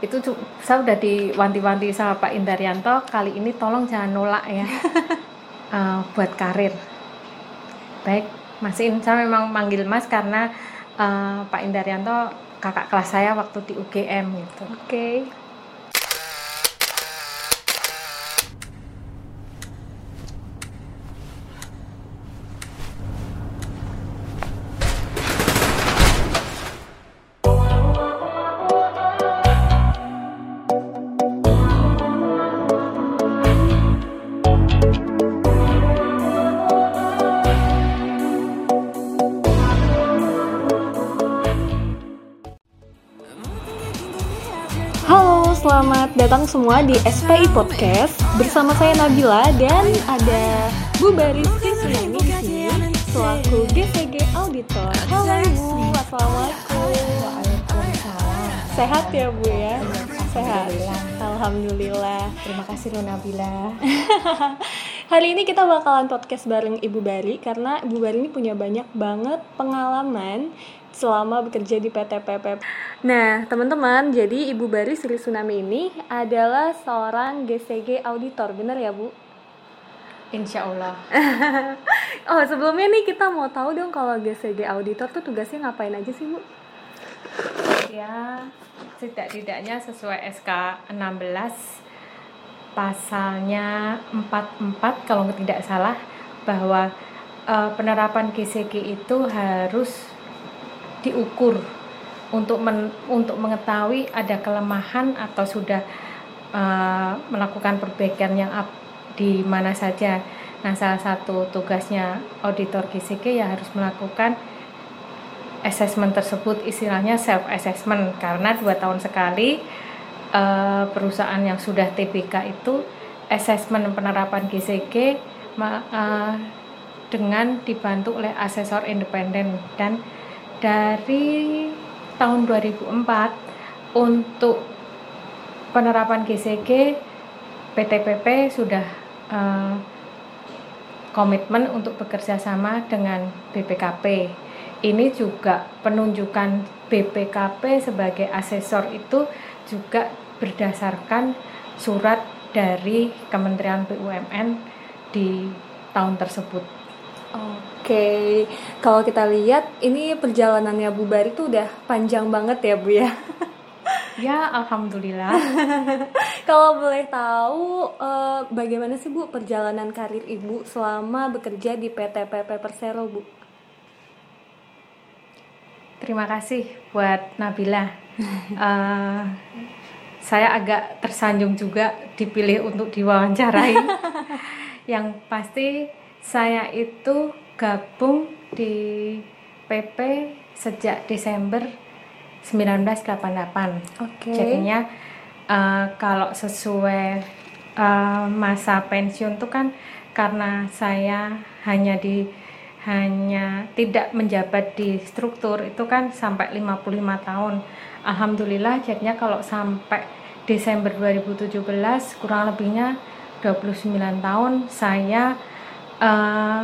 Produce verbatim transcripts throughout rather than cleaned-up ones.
Itu saya udah diwanti-wanti sama Pak Indaryanto, kali ini tolong jangan nolak ya. uh, buat karir. Baik, Mas In, saya memang manggil Mas karena uh, Pak Indaryanto kakak kelas saya waktu di U G M gitu. Oke. Okay. Selamat datang semua di S P I Podcast bersama saya Nabila dan ada Bu Baris Tsunami di sini selaku G C G Auditor. Halo Bu, assalamualaikum. Waalaikumsalam. Sehat ya Bu ya? Sehat. Alhamdulillah. Terima kasih Bu Nabila. Hari ini kita bakalan podcast bareng Ibu Bari karena Ibu Bari ini punya banyak banget pengalaman selama bekerja di P T P P. Nah, teman-teman, jadi Ibu Bari Sri Tsunami ini adalah seorang G C G auditor, benar ya, Bu? Insya Allah. Oh, sebelumnya nih kita mau tahu dong kalau G C G auditor tuh tugasnya ngapain aja sih, Bu? Ya, tidak-tidaknya sesuai S K enam belas pasalnya empat puluh empat kalau tidak salah, bahwa uh, penerapan G C G itu harus diukur untuk men, untuk mengetahui ada kelemahan atau sudah uh, melakukan perbaikan yang up di mana saja. Nah, salah satu tugasnya auditor G C G ya harus melakukan assessment tersebut, istilahnya self assessment, karena dua tahun sekali uh, perusahaan yang sudah T B K itu assessment penerapan G C G uh, dengan dibantu oleh asesor independen. Dan dari tahun dua ribu empat untuk penerapan G C G P T P P sudah uh, komitmen untuk bekerja sama dengan B P K P. Ini juga penunjukan B P K P sebagai asesor itu juga berdasarkan surat dari Kementerian B U M N di tahun tersebut. Oke, kalau kita lihat ini perjalanannya Bu Bari tuh udah panjang banget ya Bu ya. Ya, alhamdulillah. Kalau boleh tahu eh, bagaimana sih Bu perjalanan karir Ibu selama bekerja di P T P P Persero, Bu? Terima kasih buat Nabila. uh, saya agak tersanjung juga dipilih untuk diwawancarai. Yang pasti saya itu gabung di P P sejak Desember seribu sembilan ratus delapan puluh delapan. Oke. Jadinya uh, kalau sesuai uh, masa pensiun itu kan karena saya hanya di hanya tidak menjabat di struktur itu kan sampai lima puluh lima tahun. Alhamdulillah jadinya kalau sampai Desember dua ribu tujuh belas kurang lebihnya dua puluh sembilan tahun saya uh,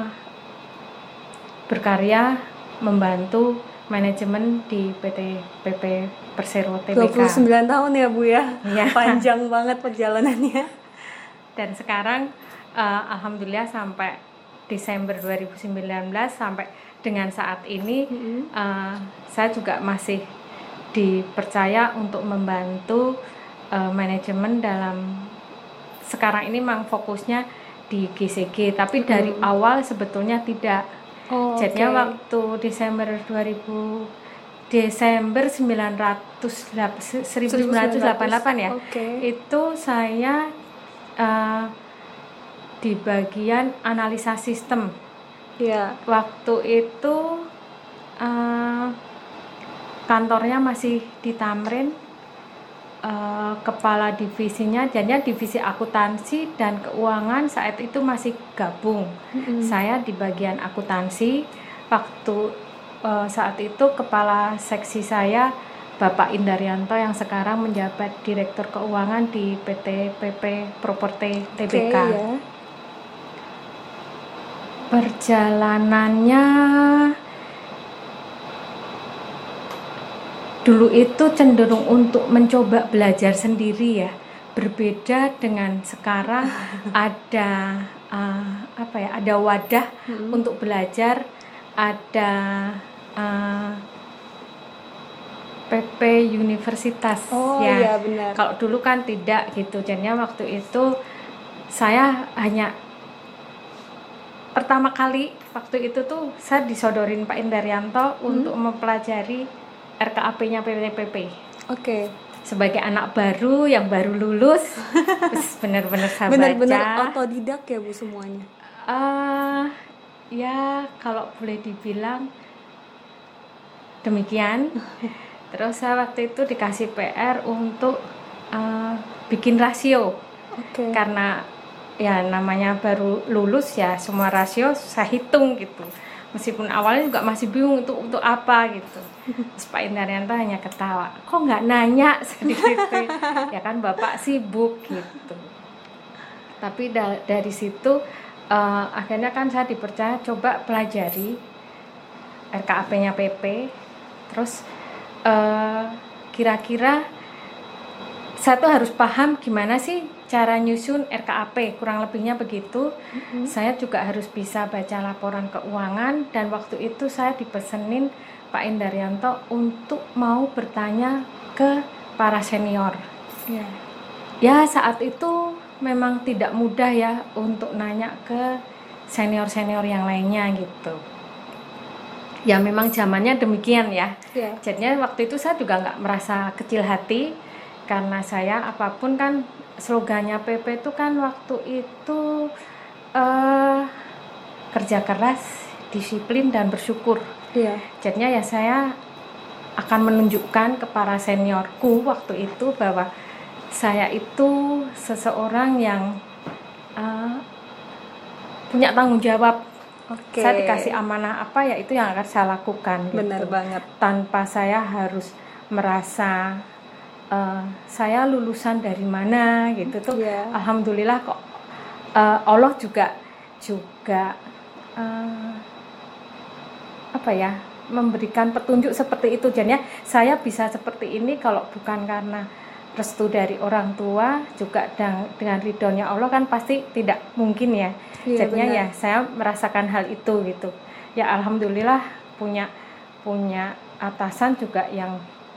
berkarya membantu manajemen di P T P P Persero T B K. dua puluh sembilan tahun ya Bu ya. Ya. Panjang banget perjalanannya. Dan sekarang uh, alhamdulillah sampai Desember dua ribu sembilan belas sampai dengan saat ini mm-hmm. uh, saya juga masih dipercaya untuk membantu uh, manajemen dalam sekarang ini memang fokusnya di G C G, tapi mm-hmm. dari awal sebetulnya tidak. Oh, jadinya okay. Waktu Desember dua ribu Desember seribu sembilan ratus delapan puluh delapan ya. Okay. Itu saya uh, di bagian analisa sistem. Yeah. Waktu itu uh, kantornya masih di Tamrin. Uh, kepala divisinya jadinya divisi akuntansi dan keuangan saat itu masih gabung. Mm-hmm. Saya di bagian akuntansi. Waktu uh, saat itu kepala seksi saya Bapak Indaryanto yang sekarang menjabat Direktur Keuangan di P T P P Properti T B K. Okay, yeah. Perjalanannya dulu itu cenderung untuk mencoba belajar sendiri ya, berbeda dengan sekarang ada uh, apa ya, ada wadah hmm. untuk belajar, ada uh, P P universitas. Oh ya. iya benar. Kalau dulu kan tidak gitu, jadinya waktu itu saya hanya pertama kali waktu itu tuh saya disodorin Pak Indaryanto hmm. untuk mempelajari R K A P-nya P T P P. Oke. Okay. Sebagai anak baru yang baru lulus, benar-benar saya benar-benar baca. Otodidak ya Bu semuanya. Uh, ya kalau boleh dibilang demikian. Terus saya waktu itu dikasih P R untuk uh, bikin rasio. Oke. Okay. Karena ya namanya baru lulus ya, semua rasio saya hitung gitu. Meskipun awalnya juga masih bingung untuk untuk apa gitu. Terus Pak Indaryanto hanya ketawa, kok nggak nanya sedikit gitu. Ya kan Bapak sibuk gitu. Tapi da- dari situ uh, akhirnya kan saya dipercaya coba pelajari R K A P-nya P P. Terus uh, kira-kira saya tuh harus paham gimana sih cara nyusun R K A P, kurang lebihnya begitu. Mm-hmm. Saya juga harus bisa baca laporan keuangan, dan waktu itu saya dipesenin Pak Indaryanto untuk mau bertanya ke para senior. Yeah. Ya saat itu memang tidak mudah ya untuk nanya ke senior-senior yang lainnya gitu. Ya memang zamannya demikian ya. Yeah. Jadinya waktu itu saya juga nggak merasa kecil hati, karena saya apapun kan slogannya P P itu kan waktu itu uh, kerja keras, disiplin dan bersyukur. Iya. Jadinya ya saya akan menunjukkan ke para seniorku waktu itu bahwa saya itu seseorang yang uh, punya tanggung jawab. Oke. Saya dikasih amanah apa ya itu yang akan saya lakukan. Benar gitu. banget. Tanpa saya harus merasa Uh, saya lulusan dari mana gitu tuh. Yeah. Alhamdulillah kok uh, Allah juga juga uh, apa ya memberikan petunjuk seperti itu. Jadinya saya bisa seperti ini kalau bukan karena restu dari orang tua, juga dengan, dengan ridhonya Allah kan pasti tidak mungkin ya. Yeah, jadinya benar. Ya saya merasakan hal itu gitu. Ya alhamdulillah punya punya atasan juga yang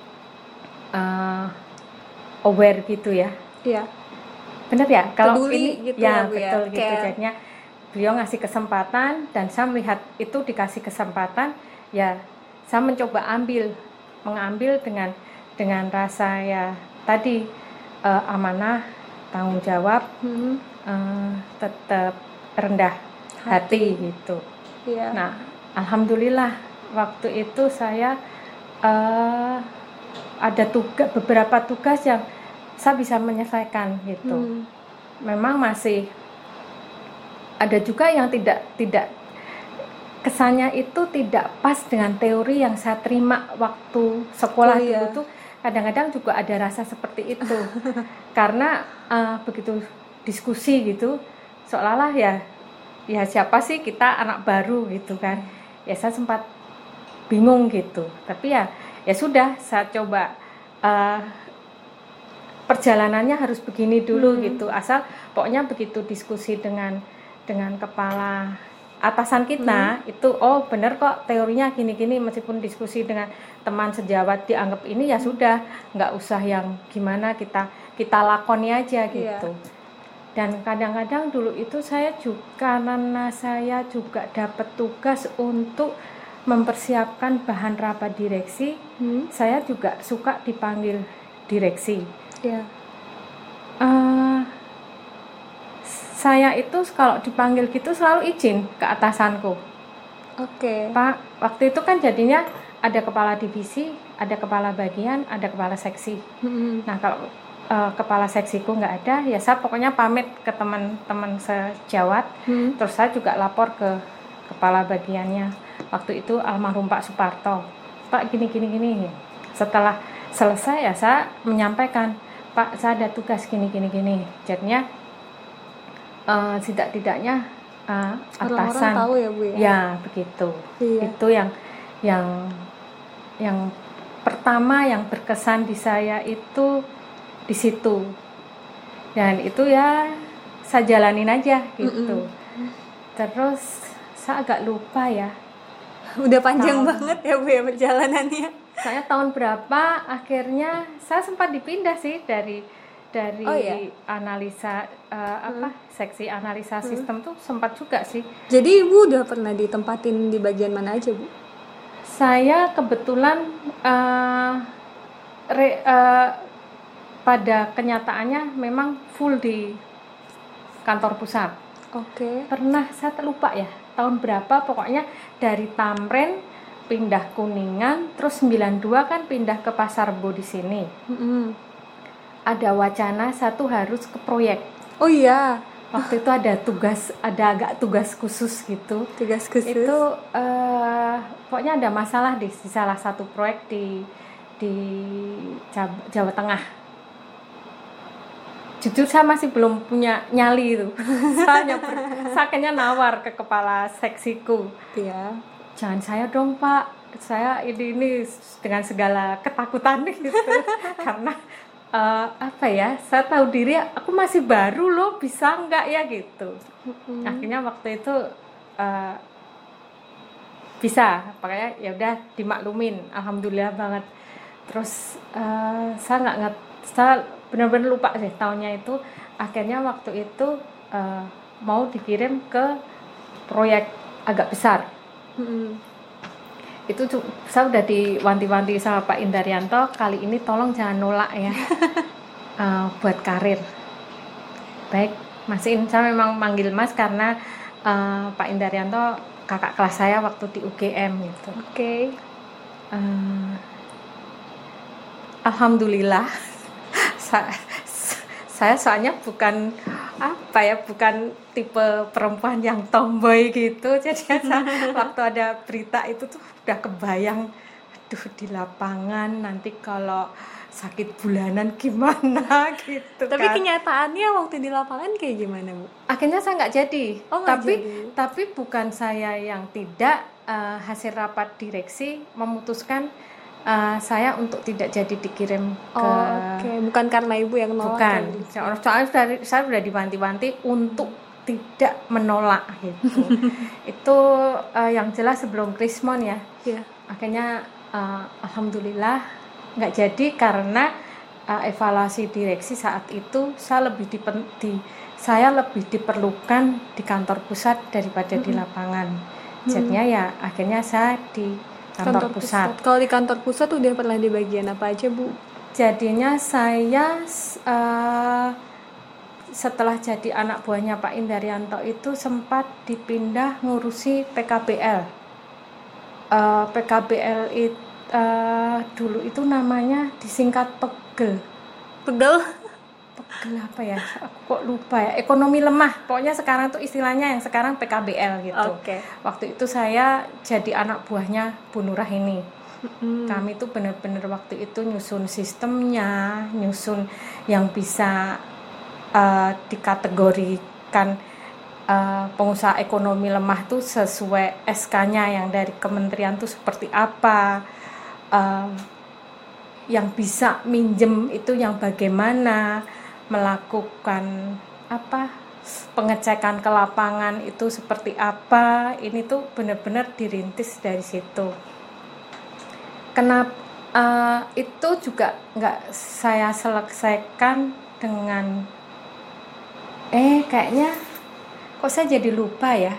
uh, aware gitu ya. Iya. Benar ya? Kalau peduli ini gitu ya, ya Bu, betul ya? gitu. Kayak... Jadinya beliau ngasih kesempatan dan saya melihat itu dikasih kesempatan, ya saya mencoba ambil, mengambil dengan dengan rasa ya tadi uh, amanah, tanggung jawab, hmm. uh, tetap rendah hati, hati gitu. Iya. Nah, alhamdulillah waktu itu saya uh, ada tugas, beberapa tugas yang saya bisa menyelesaikan gitu. Hmm. Memang masih ada juga yang tidak tidak kesannya itu tidak pas dengan teori yang saya terima waktu sekolah. Oh, iya. Dulu tuh kadang-kadang juga ada rasa seperti itu. Karena uh, begitu diskusi gitu, seolah-olah ya ya siapa sih kita anak baru gitu kan. Ya saya sempat bingung gitu. Tapi ya ya sudah, saya coba uh, perjalanannya harus begini dulu hmm. gitu. Asal pokoknya begitu diskusi dengan dengan kepala atasan kita hmm. itu oh benar kok teorinya gini-gini, meskipun diskusi dengan teman sejawat dianggap ini ya sudah, nggak usah yang gimana, kita kita lakoni aja gitu. Yeah. Dan kadang-kadang dulu itu saya juga karena saya juga dapat tugas untuk mempersiapkan bahan rapat direksi, hmm. saya juga suka dipanggil direksi. Yeah. Uh, saya itu kalau dipanggil gitu selalu izin ke atasanku. Oke. Okay. Pak, waktu itu kan jadinya ada kepala divisi, ada kepala bagian, ada kepala seksi. Hmm. Nah kalau uh, kepala seksiku nggak ada, ya saya pokoknya pamit ke teman-teman sejawat. Hmm. Terus saya juga lapor ke kepala bagiannya. Waktu itu almarhum Pak Suparto, Pak gini gini gini. Setelah selesai ya saya menyampaikan, Pak saya ada tugas gini gini gini. Jadinya uh, tidak-tidaknya uh, atasan orang-orang tahu ya Bu ya. Ya begitu. Iya. Itu yang yang yang pertama yang berkesan di saya itu di situ, dan itu ya saya jalanin aja gitu. Mm-mm. Terus saya agak lupa ya, udah panjang tahun, banget ya Bu ya perjalanannya. Saya tahun berapa akhirnya saya sempat dipindah sih dari dari oh, iya? analisa uh, apa hmm. seksi analisa hmm. sistem tuh sempat juga sih. Jadi Ibu udah pernah ditempatin di bagian mana aja Bu? Saya kebetulan uh, re, uh, pada kenyataannya memang full di kantor pusat. Oke. Okay. Pernah saya lupa ya tahun berapa, pokoknya dari Tamrin pindah Kuningan, terus sembilan puluh dua kan pindah ke Pasar Rebo di sini. Mm-hmm. Ada wacana satu harus ke proyek. Oh iya. Waktu itu ada tugas, ada agak tugas khusus gitu. Tugas khusus. Itu uh, pokoknya ada masalah di, di salah satu proyek di di Jawa Tengah. Jujur saya masih belum punya nyali itu. Saya nyaper, saya kayaknya nawar ke kepala seksiku. Iya. Jangan saya dong Pak, saya ini ini dengan segala ketakutan gitu. Karena uh, apa ya, saya tahu diri aku masih baru loh, bisa nggak ya gitu. Mm-hmm. Akhirnya waktu itu uh, bisa, makanya ya udah dimaklumin, alhamdulillah banget. Terus uh, saya nggak nggak, saya benar-benar lupa sih tahunnya itu. Akhirnya waktu itu uh, mau dikirim ke proyek agak besar. Hmm. Itu saya udah diwanti-wanti sama Pak Indaryanto, kali ini tolong jangan nolak ya. uh, buat karir. Baik, Mas In, saya memang manggil Mas karena uh, Pak Indaryanto kakak kelas saya waktu di U G M gitu. Oke. Okay. Uh, Alhamdulillah. saya, saya soalnya bukan apa ya, bukan tipe perempuan yang tomboy gitu, jadi saya, waktu ada berita itu tuh udah kebayang, aduh di lapangan nanti kalau sakit bulanan gimana gitu. Tapi kan kenyataannya waktu di lapangan kayak gimana Bu? Akhirnya saya nggak jadi. Oh, tapi jadi. tapi bukan saya yang tidak, uh, hasil rapat direksi memutuskan Uh, saya untuk tidak jadi dikirim ke. Oh, oke, okay. Bukan karena Ibu yang nolak. Bukan. Soalnya sudah, saya sudah diwanti-wanti untuk tidak menolak gitu. Itu uh, yang jelas sebelum Krismon ya. Yeah. Akhirnya uh, alhamdulillah nggak jadi karena uh, evaluasi direksi saat itu saya lebih dipen, di saya lebih diperlukan di kantor pusat daripada mm-hmm. di lapangan. Jadinya mm-hmm. ya akhirnya saya di Kantor, kantor pusat. pusat. Kalau di kantor pusat udah pernah di bagian apa aja Bu? Jadinya saya uh, setelah jadi anak buahnya Pak Indaryanto itu sempat dipindah ngurusi P K B L. Uh, P K B L itu uh, dulu itu namanya disingkat Pegel. Pegel? Pegel apa ya? Aku kok lupa ya. Ekonomi lemah. Pokoknya sekarang tuh istilahnya yang sekarang P K B L gitu. Okay. Waktu itu saya jadi anak buahnya Bu Nurah ini. Hmm. Kami tuh benar-benar waktu itu nyusun sistemnya, nyusun yang bisa uh, dikategorikan uh, pengusaha ekonomi lemah tuh sesuai S K-nya yang dari kementerian tuh seperti apa. Uh, yang bisa minjem itu yang bagaimana, melakukan apa pengecekan ke lapangan itu seperti apa. Ini tuh benar-benar dirintis dari situ. Kenapa uh, itu juga nggak saya selesaikan dengan eh kayaknya kok saya jadi lupa ya.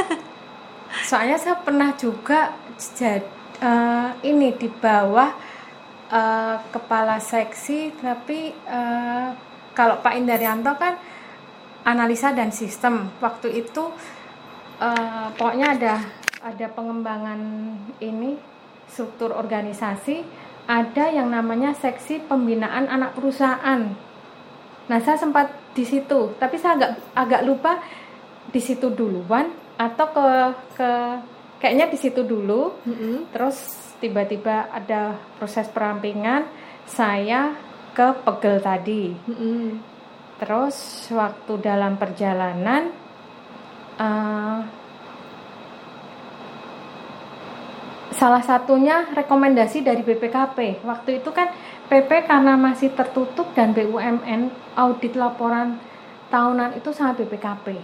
Soalnya saya pernah juga jadi uh, ini di bawah uh, kepala seksi, tapi uh, kalau Pak Indaryanto kan analisa dan sistem. Waktu itu uh, pokoknya ada ada pengembangan ini struktur organisasi, ada yang namanya seksi pembinaan anak perusahaan. Nah, saya sempat di situ, tapi saya agak agak lupa di situ duluan atau ke ke kayaknya di situ dulu. Mm-hmm. Terus tiba-tiba ada proses perampingan, saya ke Pegel tadi. Mm-hmm. Terus waktu dalam perjalanan uh, salah satunya rekomendasi dari B P K P. Waktu itu kan P P karena masih tertutup dan B U M N audit laporan tahunan itu sama B P K P.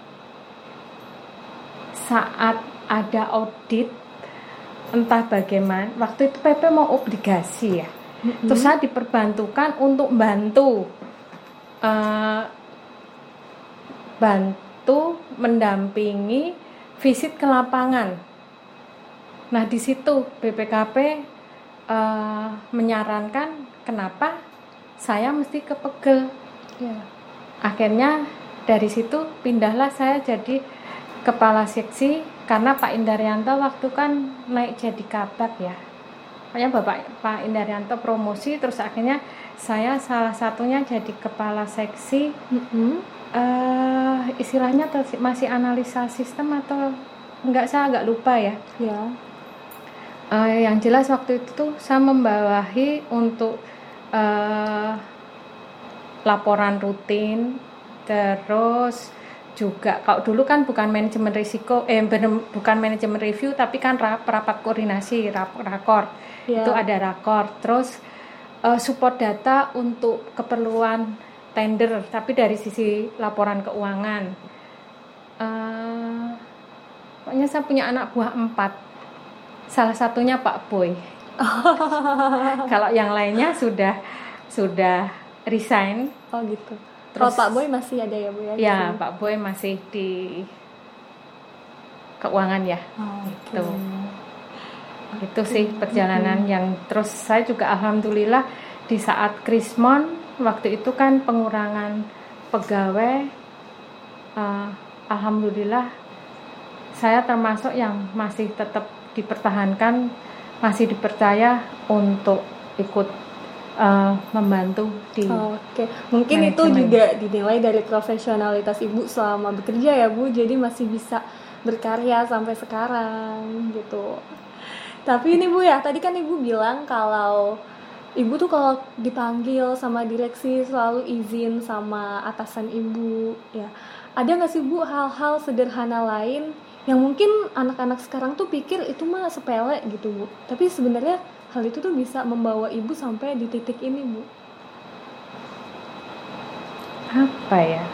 Saat ada audit entah bagaimana, waktu itu P P mau obligasi ya. Mm-hmm. Terus saya diperbantukan untuk bantu uh, bantu mendampingi visit ke lapangan. Nah di situ B P K P uh, menyarankan kenapa saya mesti ke Pegel. Ya. Akhirnya dari situ pindahlah saya jadi kepala seksi karena Pak Indaryanto waktu kan naik jadi kabak ya. Makanya Bapak Pak Indaryanto promosi, terus akhirnya saya salah satunya jadi kepala seksi. Mm-hmm. uh, istilahnya masih analisa sistem atau enggak, saya agak lupa ya. Ya. Uh, yang jelas waktu itu tuh saya membawahi untuk uh, laporan rutin, terus juga kalau dulu kan bukan manajemen risiko, eh bukan manajemen review, tapi kan rapat koordinasi, rap, rakor, yeah. Itu ada rakor, terus uh, support data untuk keperluan tender, tapi dari sisi laporan keuangan. Uh, pokoknya saya punya anak buah empat. Salah satunya Pak Boy. Kalau yang lainnya sudah sudah resign. Oh gitu. Terus oh, Pak Boy masih ada ya Bu ya? Ya gitu. Pak Boy masih di keuangan ya. Oh, gitu. Okay. Itu sih perjalanan mm-hmm. yang terus saya juga alhamdulillah di saat Krismon waktu itu kan pengurangan pegawai. Uh, alhamdulillah saya termasuk yang masih tetap dipertahankan, masih dipercaya untuk ikut uh, membantu di oh, Oke, okay. Mungkin manajemen. Itu juga dinilai dari profesionalitas Ibu selama bekerja ya Bu, jadi masih bisa berkarya sampai sekarang gitu. Tapi ini Bu ya, tadi kan Ibu bilang kalau Ibu tuh kalau dipanggil sama direksi selalu izin sama atasan Ibu ya. Ada nggak sih Bu hal-hal sederhana lain yang mungkin anak-anak sekarang tuh pikir itu mah sepele gitu Bu, tapi sebenarnya hal itu tuh bisa membawa Ibu sampai di titik ini Bu? Apa ya?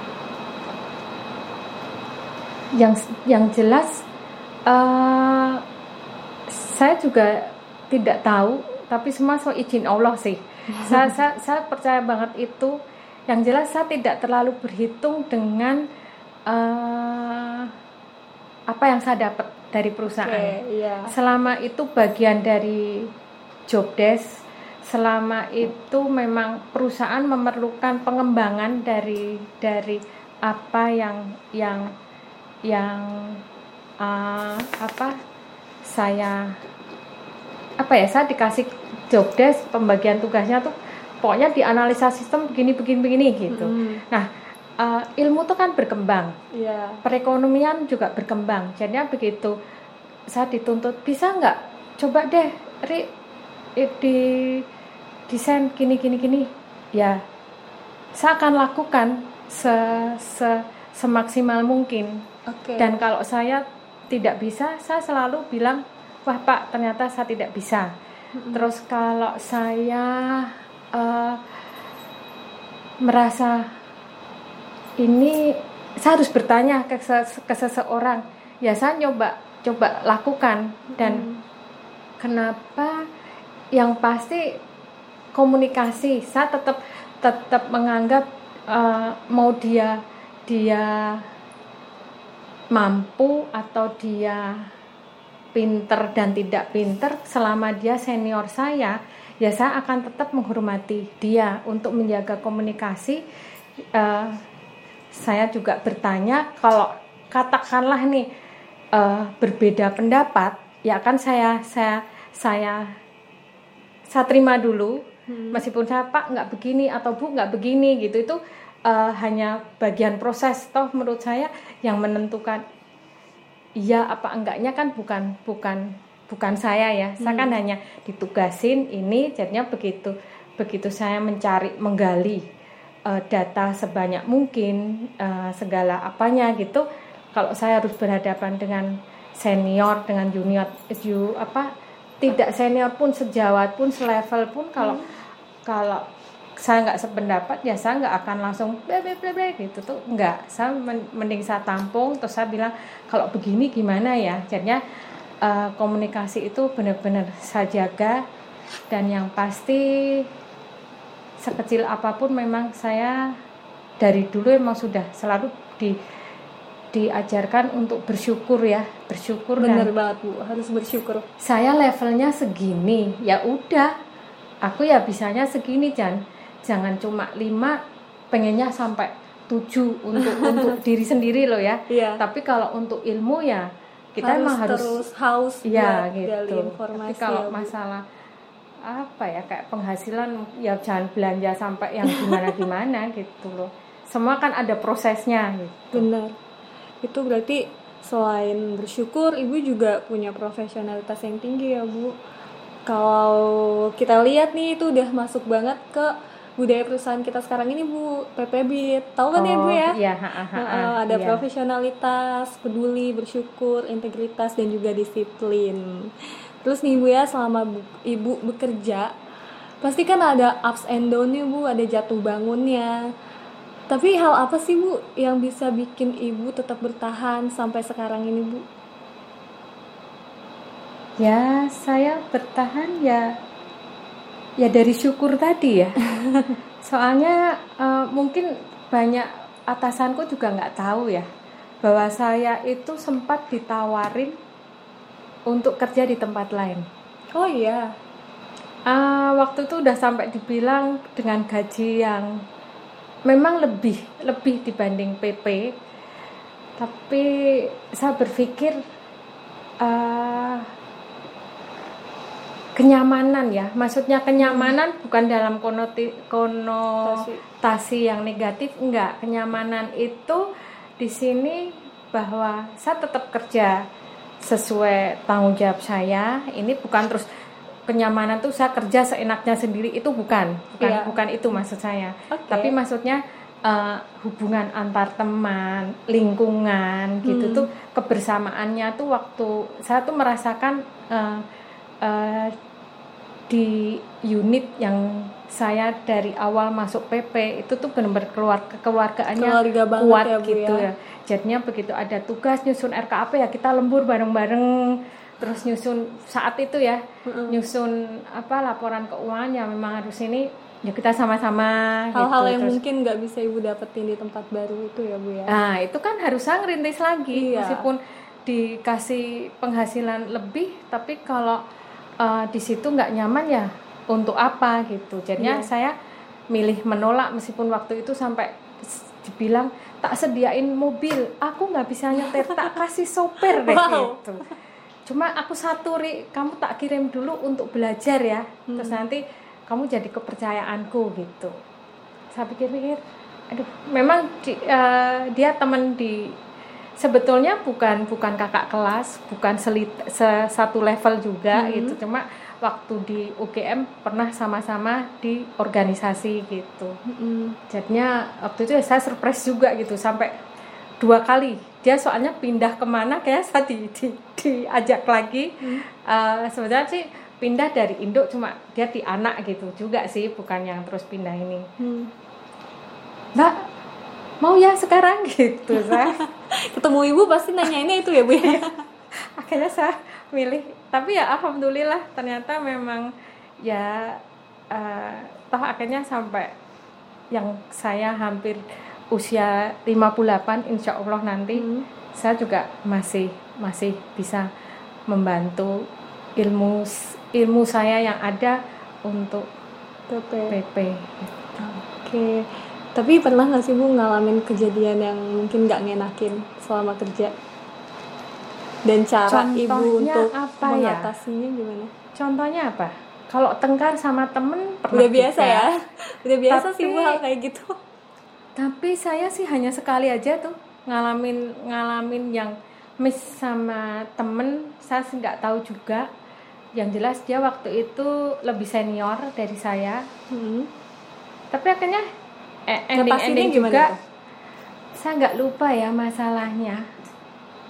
Yang yang jelas uh, saya juga tidak tahu, tapi semua so izin Allah sih. saya, saya saya percaya banget itu. Yang jelas saya tidak terlalu berhitung dengan uh, apa yang saya dapat dari perusahaan. Okay, yeah. Selama itu bagian dari job desk, selama itu memang perusahaan memerlukan pengembangan dari dari apa yang yang yang uh, apa saya apa ya saya dikasih job desk, pembagian tugasnya tuh pokoknya dianalisa sistem begini begini begini gitu. Mm. Nah Uh, ilmu tuh kan berkembang, yeah. Perekonomian juga berkembang. Jadinya begitu saya dituntut, bisa nggak coba deh Ri di desain gini gini gini, ya saya akan lakukan se, se semaksimal mungkin. Okay. Dan kalau saya tidak bisa, saya selalu bilang, wah Pak ternyata saya tidak bisa. Mm-hmm. Terus kalau saya uh, merasa ini saya harus bertanya ke, se- ke seseorang, ya saya nyoba coba lakukan. Dan hmm. kenapa yang pasti komunikasi, saya tetap tetap menganggap uh, mau dia dia mampu atau dia pinter dan tidak pinter, selama dia senior saya, ya saya akan tetap menghormati dia untuk menjaga komunikasi. uh, Saya juga bertanya, kalau katakanlah nih uh, berbeda pendapat, ya kan saya saya saya saya terima dulu, hmm. meskipun saya Pak nggak begini atau Bu nggak begini gitu, itu uh, hanya bagian proses. Toh menurut saya yang menentukan iya apa enggaknya kan bukan bukan bukan saya ya, hmm. saya kan hanya ditugasin ini, jadinya begitu begitu saya mencari menggali Uh, data sebanyak mungkin, uh, segala apanya gitu. Kalau saya harus berhadapan dengan senior, dengan junior, you, apa tidak senior pun, sejawat pun, selevel pun, kalau hmm. kalau saya nggak sependapat ya saya nggak akan langsung ble ble ble ble gitu tuh, nggak. Saya mending saya tampung terus saya bilang kalau begini gimana ya. Jadinya uh, komunikasi itu benar-benar saya jaga, dan yang pasti sekecil apapun memang saya dari dulu emang sudah selalu di diajarkan untuk bersyukur ya, bersyukur. Bener banget Bu, harus bersyukur. Saya levelnya segini, ya udah, aku ya bisanya segini, Jan. Jangan cuma lima, pengennya sampai tujuh untuk untuk diri sendiri loh ya. Iya. Tapi kalau untuk ilmu ya kita harus emang harus terus haus ya buat gitu. gali informasi. Tapi kalau ya, masalah apa ya kayak penghasilan ya jangan belanja sampai yang gimana-gimana gitu loh. Semua kan ada prosesnya gitu. Benar. Itu berarti selain bersyukur, Ibu juga punya profesionalitas yang tinggi ya Bu. Kalau kita lihat nih itu udah masuk banget ke budaya perusahaan kita sekarang ini Bu, P P B I T. Tahu kan oh, ya Bu ya? Iya, ha, ha, ha, uh, ada iya. Profesionalitas, peduli, bersyukur, integritas dan juga disiplin. Terus nih Bu ya, selama bu, Ibu bekerja pasti kan ada ups and down-nya Bu, ada jatuh bangunnya. Tapi hal apa sih Bu yang bisa bikin Ibu tetap bertahan sampai sekarang ini Bu? Ya saya bertahan ya ya dari syukur tadi ya. Soalnya uh, mungkin banyak atasanku juga nggak tahu ya bahwa saya itu sempat ditawarin untuk kerja di tempat lain. Oh iya. Uh, waktu itu udah sampai dibilang dengan gaji yang memang lebih lebih dibanding P P, tapi saya berpikir uh, kenyamanan ya, maksudnya kenyamanan hmm. bukan dalam konoti, konotasi yang negatif, enggak. Kenyamanan itu di sini bahwa saya tetap kerja sesuai tanggung jawab saya. Ini bukan terus kenyamanan tuh saya kerja seenaknya sendiri, itu bukan, bukan, yeah. bukan itu maksud saya. Okay. Tapi maksudnya uh, hubungan antar teman, lingkungan gitu hmm. tuh kebersamaannya tuh waktu saya tuh merasakan uh, uh, di unit yang saya dari awal masuk P P itu tuh benar-benar keluarga keluargaannya kuat ya, gitu ya. ya. Jadinya begitu ada tugas nyusun R K A P ya kita lembur bareng-bareng. Terus nyusun saat itu ya, mm-hmm. nyusun apa laporan keuangan yang memang harus ini ya kita sama-sama. Hal-hal gitu. yang Terus, mungkin nggak bisa Ibu dapetin di tempat baru itu ya Bu ya. Nah itu kan harus saya ngerintis lagi, iya. meskipun dikasih penghasilan lebih, tapi kalau uh, di situ nggak nyaman ya untuk apa gitu. Jadinya iya. saya milih menolak meskipun waktu itu sampai dibilang tak sediain mobil, aku nggak bisa nyetir, tak kasih sopir deh wow. gitu. Cuma aku satu Ri, kamu tak kirim dulu untuk belajar ya, hmm. terus nanti kamu jadi kepercayaanku gitu. Saya pikir-pikir, aduh, memang di, uh, dia teman di, sebetulnya bukan bukan kakak kelas, bukan selit, se, satu level juga hmm. gitu. Cuma waktu di U G M pernah sama-sama di organisasi gitu. Hmm. Jadinya waktu itu ya saya surprise juga gitu, sampai dua kali. Dia soalnya pindah kemana kayak saya di, di, diajak lagi hmm. uh, sebenarnya sih pindah dari Indo, cuma dia di anak gitu juga sih, bukan yang terus pindah ini. hmm. Mbak mau ya sekarang gitu. Saya ketemu Ibu pasti nanyainnya itu ya Bu ya. Akhirnya saya milih, tapi ya alhamdulillah ternyata memang ya uh, toh akhirnya sampai yang saya hampir usia lima puluh delapan insya Allah nanti hmm. saya juga masih masih bisa membantu ilmu ilmu saya yang ada untuk P P. P P. Oke. Tapi pernah nggak sih Bu ngalamin kejadian yang mungkin nggak ngenakin selama kerja? Dan cara Contohnya Ibu untuk apa mengatasinya ya? Gimana? Contohnya apa? Kalau tengkar sama temen pernah udah biasa juga. ya? Udah biasa Tapi, sih Bu hal kayak gitu. Tapi saya sih hanya sekali aja tuh ngalamin ngalamin yang miss sama temen. Saya sih nggak tahu juga. Yang jelas dia waktu itu lebih senior dari saya. Hmm. Tapi akhirnya eh, ending-ending juga. Tuh? Saya nggak lupa ya masalahnya.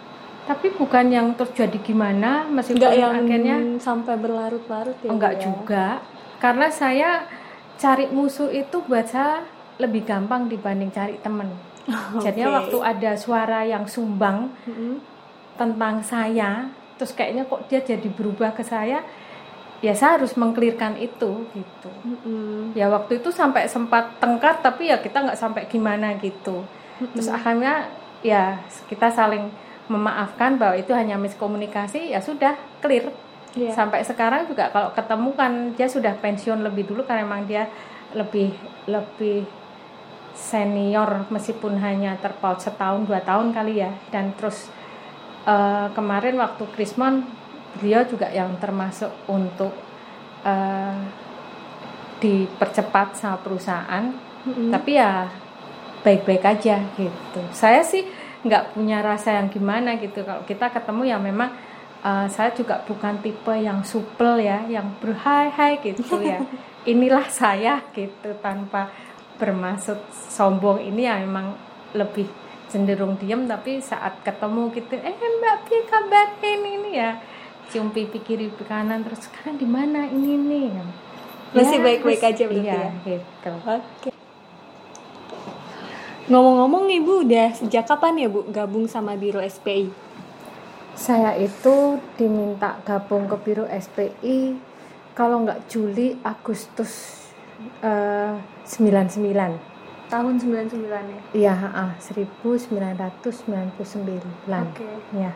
tapi bukan yang terjadi gimana, meskipun Enggak yang akhirnya sampai berlarut-larut ya. enggak Bu, ya? juga, karena saya cari musuh itu buat saya lebih gampang dibanding cari teman. Jadinya Oke. waktu ada suara yang sumbang Mm-mm. tentang saya, terus kayaknya kok dia jadi berubah ke saya, ya saya harus mengklirkan itu gitu. Mm-mm. Ya waktu itu sampai sempat tengkar, tapi ya kita nggak sampai gimana gitu. Terus akhirnya ya kita saling memaafkan bahwa itu hanya miskomunikasi, ya sudah clear. Iya. Sampai sekarang juga kalau ketemu kan dia sudah pensiun lebih dulu karena memang dia lebih lebih senior, meskipun hanya terpaut setahun dua tahun kali ya. Dan terus uh, kemarin waktu Krismon beliau juga yang termasuk untuk uh, dipercepat sama perusahaan. Mm-mm. Tapi ya baik-baik aja gitu. Saya sih nggak punya rasa yang gimana gitu. Kalau kita ketemu ya memang uh, saya juga bukan tipe yang supel ya, yang berhai-hai gitu ya. Inilah saya gitu, tanpa bermaksud sombong. Ini ya memang lebih cenderung diam, tapi saat ketemu gitu, eh Mbak Pi kabar ini ini ya, cium pipi kiri pipi kanan, terus sekarang di mana ini nih? Masih Ya, baik-baik terus, aja berarti iya, ya. Gitu. Oke. Ngomong-ngomong Ibu udah sejak kapan ya Bu gabung sama Biro S P I? Saya itu diminta gabung ke Biro S P I kalau nggak Juli, Agustus uh, sembilan puluh sembilan. Tahun sembilan puluh sembilan ya? Iya, uh, seribu sembilan ratus sembilan puluh sembilan. Oke. Ya.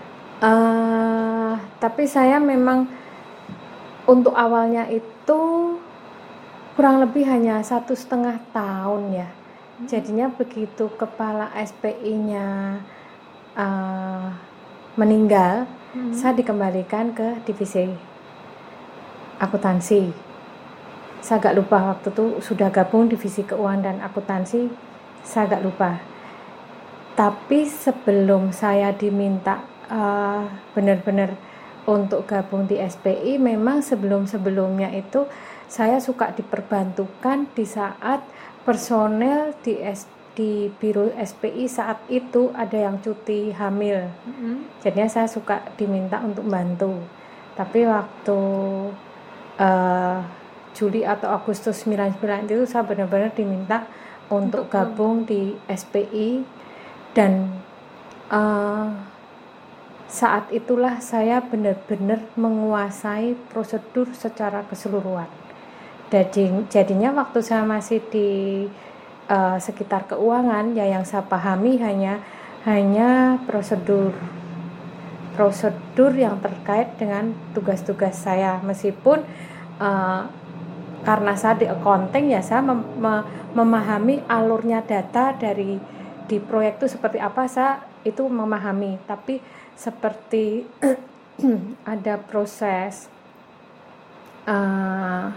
Uh, tapi saya memang untuk awalnya itu kurang lebih hanya satu setengah tahun ya. Jadinya begitu kepala S P I-nya uh, meninggal, hmm. saya dikembalikan ke divisi akuntansi. Saya agak lupa waktu itu sudah gabung divisi keuangan dan akuntansi, saya agak lupa. Tapi sebelum saya diminta uh, benar-benar untuk gabung di S P I, memang sebelum-sebelumnya itu saya suka diperbantukan di saat personel di S, di Biro S P I saat itu ada yang cuti hamil. Mm-hmm. Jadinya saya suka diminta untuk bantu. Tapi waktu uh, Juli atau Agustus sembilan puluh sembilan itu saya benar-benar diminta untuk, untuk gabung di S P I, dan uh, saat itulah saya benar-benar menguasai prosedur secara keseluruhan. Jadi, jadinya waktu saya masih di uh, sekitar keuangan, ya yang saya pahami hanya hanya prosedur prosedur yang terkait dengan tugas-tugas saya, meskipun uh, karena saya di accounting ya saya mem- mem- memahami alurnya data dari di proyek itu seperti apa, saya itu memahami. Tapi seperti ada proses uh,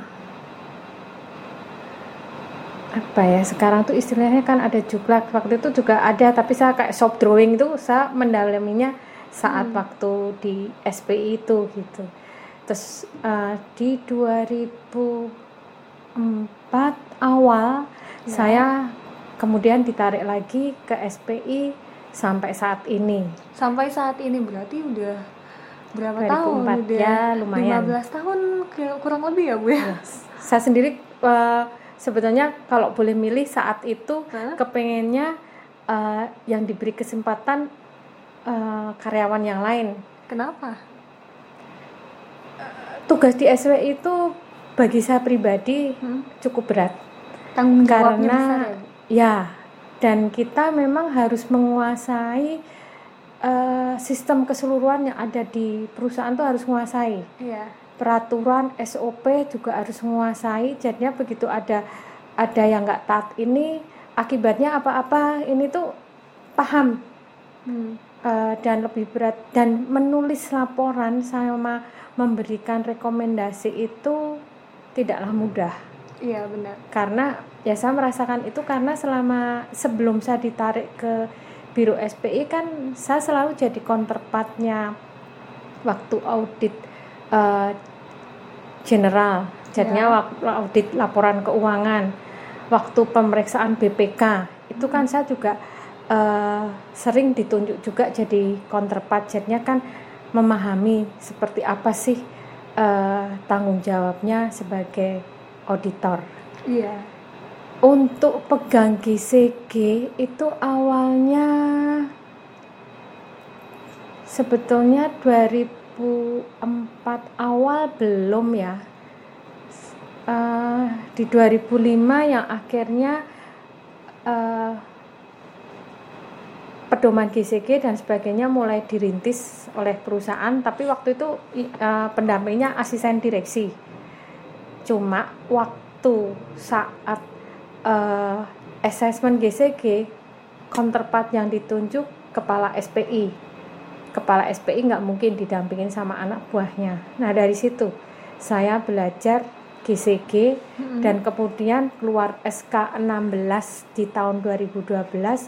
apa ya sekarang tuh istilahnya kan ada juklak, waktu itu juga ada, tapi saya kayak shop drawing itu saya mendalaminya saat hmm. waktu di S P I itu gitu. Terus uh, di dua ribu empat awal ya. Saya kemudian ditarik lagi ke S P I sampai saat ini. Sampai saat ini berarti udah berapa dua ribu empat tahun? Udah ya lumayan. lima belas tahun kurang lebih ya Bu ya? Yes. Saya sendiri uh, sebetulnya kalau boleh milih saat itu huh? kepengennya uh, yang diberi kesempatan uh, karyawan yang lain. Kenapa? Tugas di S W I itu bagi saya pribadi hmm? cukup berat. Tanggung jawabnya karena besar ya? Ya, dan kita memang harus menguasai uh, sistem keseluruhan yang ada di perusahaan itu harus menguasai. Iya. Peraturan S O P juga harus menguasai. Jadinya begitu ada ada yang nggak taat ini, akibatnya apa-apa ini tuh paham. Hmm. Uh, dan lebih berat, dan menulis laporan sama memberikan rekomendasi itu tidaklah mudah. Iya benar. Karena ya saya merasakan itu karena selama sebelum saya ditarik ke Biro S P I kan saya selalu jadi counterpartnya waktu audit uh, general, jadinya ya. Waktu audit laporan keuangan, waktu pemeriksaan B P K itu kan saya juga uh, sering ditunjuk juga jadi counterpart. Jadinya kan memahami seperti apa sih uh, tanggung jawabnya sebagai auditor. Iya. Untuk pegang G C G itu awalnya sebetulnya dua ribu empat awal belum ya. Uh, di dua ribu lima yang akhirnya uh, pedoman G C G dan sebagainya mulai dirintis oleh perusahaan, tapi waktu itu uh, pendampingnya asisten direksi. Cuma waktu saat uh, assessment G C G, counterpart yang ditunjuk kepala S P I. Kepala S P I nggak mungkin didampingin sama anak buahnya. Nah dari situ saya belajar G C G mm-hmm. dan kemudian keluar S K enam belas di tahun dua ribu dua belas.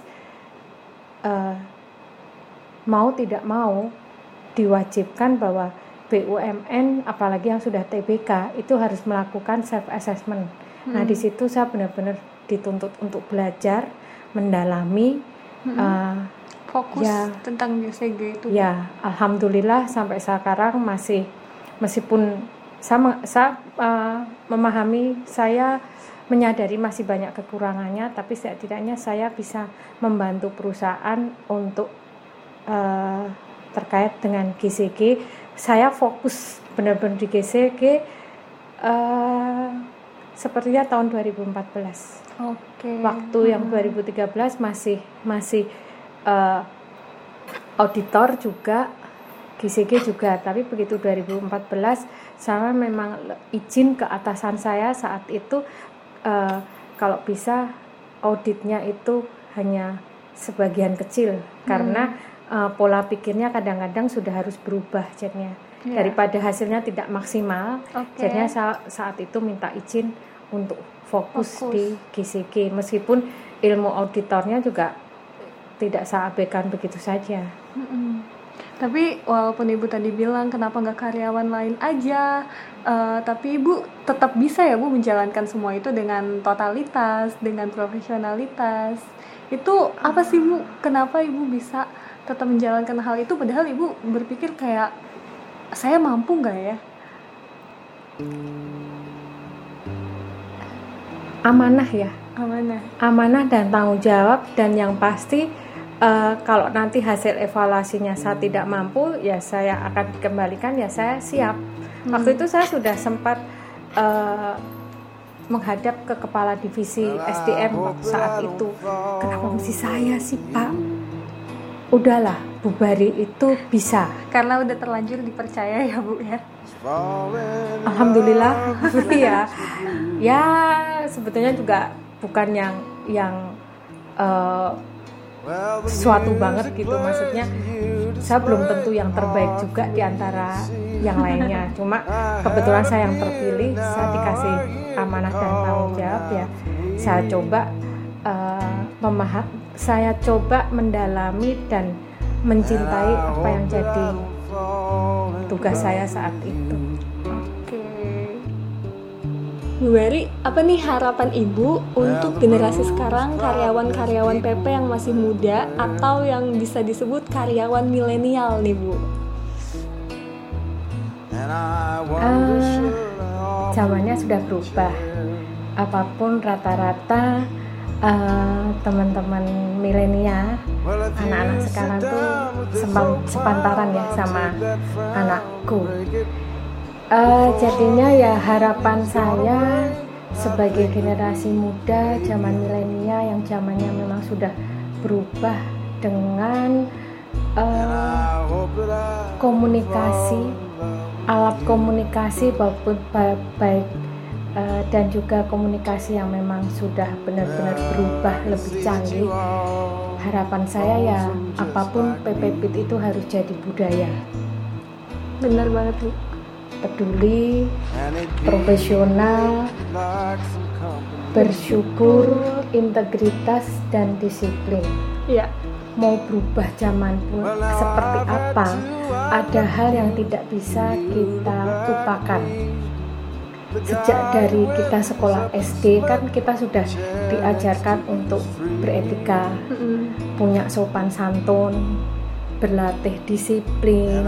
Uh, mau tidak mau diwajibkan bahwa B U M N apalagi yang sudah T B K itu harus melakukan self assessment. Mm-hmm. Nah di situ saya benar-benar dituntut untuk belajar, mendalami, mm-hmm. uh, fokus ya, tentang G C G itu. Ya, alhamdulillah sampai sekarang masih meskipun Saya, saya uh, memahami, saya menyadari masih banyak kekurangannya, tapi setidaknya saya bisa membantu perusahaan untuk uh, terkait dengan G C G. Saya fokus benar-benar di G C G uh, sepertinya tahun dua ribu empat belas. Oke. Waktu hmm. yang dua ribu tiga belas masih masih uh, auditor juga, G C G juga, tapi begitu dua ribu empat belas saya memang izin ke atasan saya saat itu uh, kalau bisa auditnya itu hanya sebagian kecil hmm. karena uh, pola pikirnya kadang-kadang sudah harus berubah jadinya yeah. daripada hasilnya tidak maksimal. Okay. Jadinya sa- saat itu minta izin untuk fokus, fokus di G C G meskipun ilmu auditornya juga tidak saya abaikan begitu saja. Mm-mm. Tapi walaupun ibu tadi bilang kenapa nggak karyawan lain aja, uh, tapi ibu tetap bisa ya bu menjalankan semua itu dengan totalitas, dengan profesionalitas. Itu apa sih bu? Kenapa ibu bisa tetap menjalankan hal itu padahal ibu berpikir kayak saya mampu nggak ya? Amanah ya. Amanah. Amanah dan tanggung jawab, dan yang pasti Uh, kalau nanti hasil evaluasinya saya tidak mampu, ya saya akan dikembalikan, ya saya siap. Hmm. Waktu itu saya sudah sempat uh, menghadap ke kepala divisi S D M saat itu. Kenapa mesti saya sih Pak? Udahlah, Bu Bari itu bisa. Karena udah terlanjur dipercaya ya Bu ya. Alhamdulillah ya. Ya sebetulnya juga bukan yang yang uh, sesuatu banget gitu, maksudnya saya belum tentu yang terbaik juga di antara yang lainnya, cuma kebetulan saya yang terpilih, saya dikasih amanah dan tanggung jawab, ya saya coba uh, memaham, saya coba mendalami dan mencintai apa yang jadi tugas saya saat itu. Bu Bari, apa nih harapan Ibu untuk generasi sekarang, karyawan-karyawan P P yang masih muda atau yang bisa disebut karyawan milenial nih Bu? Uh, zamannya sudah berubah. Apapun rata-rata uh, teman-teman milenial, anak-anak sekarang tuh sepantaran ya sama anakku. Uh, jadinya ya harapan saya sebagai generasi muda zaman milenial yang zamannya memang sudah berubah dengan uh, komunikasi, alat komunikasi maupun baik uh, dan juga komunikasi yang memang sudah benar-benar berubah lebih canggih. Harapan saya ya apapun P P P I T itu harus jadi budaya. Benar banget Bu. Peduli, profesional, bersyukur, integritas, dan disiplin. Iya. Mau berubah zaman pun seperti apa, ada hal yang tidak bisa kita lupakan. sejak dari kita sekolah S D kan kita sudah diajarkan untuk beretika, mm-hmm. punya sopan santun, berlatih disiplin,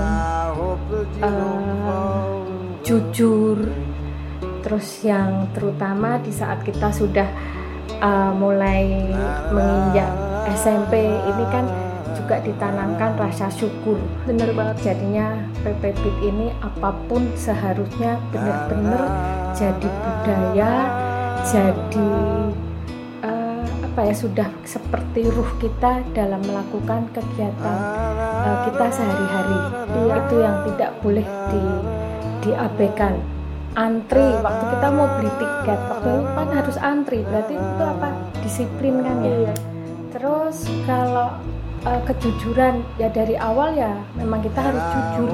uh, jujur. Terus yang terutama di saat kita sudah uh, mulai menginjak S M P ini kan juga ditanamkan rasa syukur. Bener banget. Jadinya P P B I T ini apapun seharusnya benar-benar jadi budaya, jadi uh, apa ya sudah seperti ruh kita dalam melakukan kegiatan uh, kita sehari-hari. Itu yang tidak boleh di diabaikan. Antri waktu kita mau beli tiket, waktu itu kan harus antri, berarti itu apa? Disiplin kan ya. Iya. Terus kalau Uh, kejujuran ya dari awal ya memang kita harus jujur.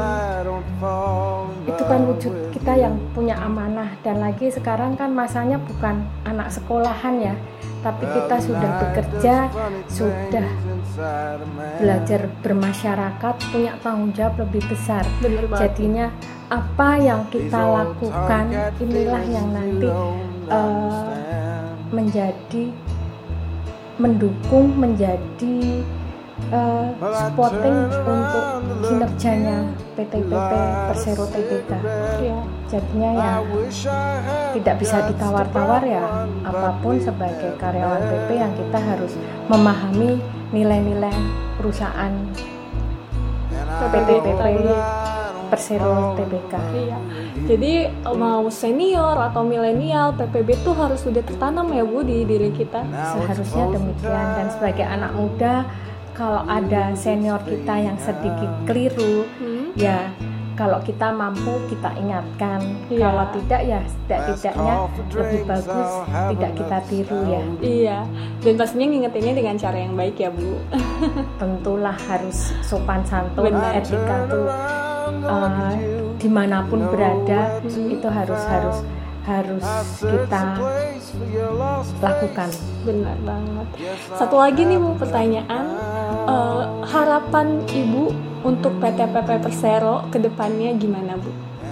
Hmm. Itu kan wujud kita yang punya amanah, dan lagi sekarang kan masanya bukan anak sekolahan ya, tapi kita sudah bekerja, sudah belajar bermasyarakat, punya tanggung jawab lebih besar. Jadinya apa yang kita lakukan inilah yang nanti uh, menjadi mendukung, menjadi uh, supporting untuk kinerjanya P T P P Persero T B K. Ya, jadinya ya tidak bisa ditawar-tawar ya, apapun sebagai karyawan P P yang kita harus memahami nilai-nilai perusahaan P T P P Persero T B K. Iya. Jadi mau senior atau milenial, P P B tuh harus sudah tertanam ya Bu di diri kita. Seharusnya demikian, dan sebagai anak muda kalau ada senior kita yang sedikit keliru, hmm. ya kalau kita mampu kita ingatkan, iya. Kalau tidak ya tidak-tidaknya lebih bagus tidak kita tiru ya. Iya, dan pastinya ngingetinnya dengan cara yang baik ya Bu. Tentulah harus sopan santun, etika tuh Uh, dimanapun berada hmm. itu harus harus harus kita lakukan. Benar banget. Satu lagi nih Bu, pertanyaan, uh, harapan Ibu untuk P T P P Persero kedepannya gimana Bu?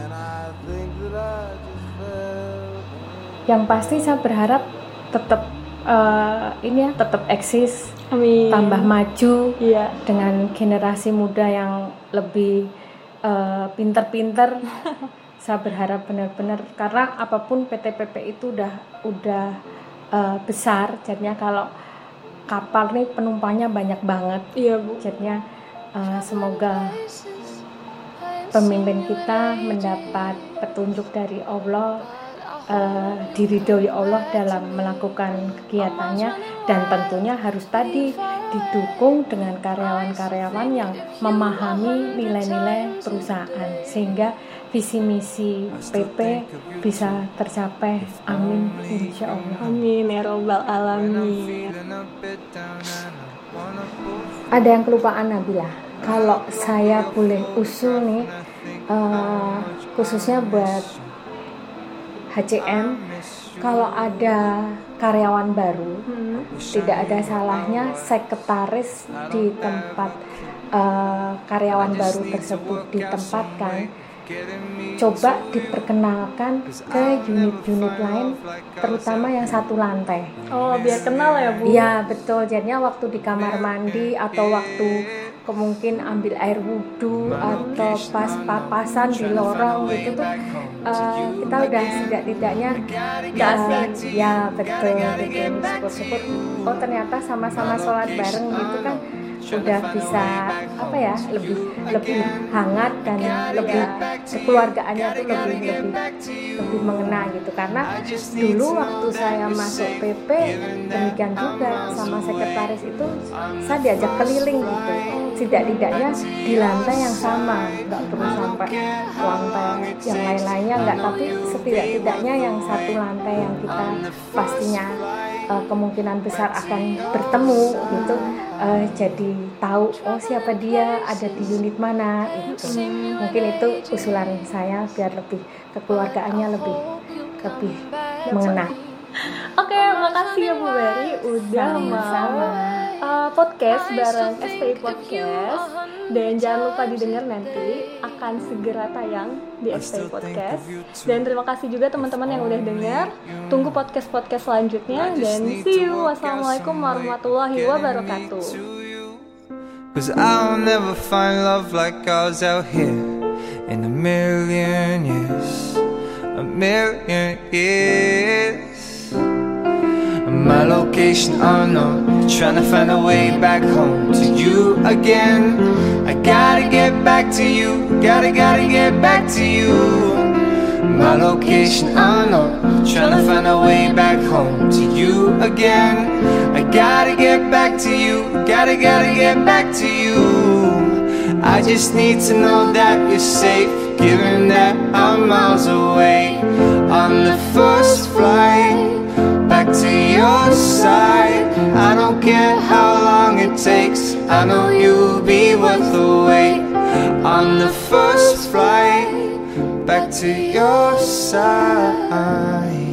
Yang pasti saya berharap tetap uh, ini ya tetap eksis, Amin. Tambah maju, iya. Dengan generasi muda yang lebih Uh, pinter-pinter. Saya berharap benar-benar, karena apapun P T P P itu udah udah uh, besar, jadinya kalau kapal nih penumpangnya banyak banget. Iya Bu. Jadinya uh, semoga pemimpin kita mendapat petunjuk dari Allah, uh, diridhoi Allah dalam melakukan kegiatannya, dan tentunya harus tadi didukung dengan karyawan-karyawan yang memahami nilai-nilai perusahaan sehingga visi misi P P bisa tercapai. Amin, insya Allah. Amin ya robbal alamin. Ada yang kelupaan Nabila. Kalau saya boleh usul nih, uh, khususnya buat H C M, kalau ada karyawan baru, hmm. tidak ada salahnya sekretaris di tempat uh, karyawan baru tersebut ditempatkan, coba diperkenalkan ke unit-unit lain, terutama yang satu lantai. Oh, biar kenal ya Bu? Iya betul, jadinya waktu di kamar mandi atau waktu kemungkin ambil air wudhu atau pas papasan di lorong gitu tuh uh, kita udah tidak-tidaknya uh, ya betul betul syukur-syukur oh ternyata sama-sama sholat bareng gitu kan udah bisa apa ya lebih lebih hangat dan lebih kekeluargaannya tuh lebih lebih lebih mengena gitu, karena dulu waktu saya masuk P P demikian juga sama sekretaris itu saya diajak keliling gitu, tidak-tidaknya di lantai yang sama, nggak perlu sampai lantai yang lain-lainnya nggak, tapi setidak-tidaknya yang satu lantai yang kita pastinya uh, kemungkinan besar akan bertemu gitu, uh, jadi tahu oh siapa dia, ada di unit mana itu. Mungkin itu usulan saya biar lebih kekeluargaannya lebih lebih mengena. Oke, makasih ya Bu Beri udah mau uh, podcast bareng S P I Podcast. Dan jangan lupa didengar nanti, akan segera tayang di S T Podcast. Dan terima kasih juga teman-teman yang udah dengar. Tunggu podcast-podcast selanjutnya dan see you. Wassalamualaikum warahmatullahi wabarakatuh. Cause I'll never find love like ours out here in a million years, a million years. My location unknown, trying to find a way back home to you again. I gotta get back to you, gotta, gotta get back to you. My location unknown, trying to find a way back home to you again. I gotta get back to you, gotta, gotta get back to you. I just need to know that you're safe, given that I'm miles away. On the first flight back to your side, I don't care how long it takes, I know you'll be worth the wait. On the first flight back to your side.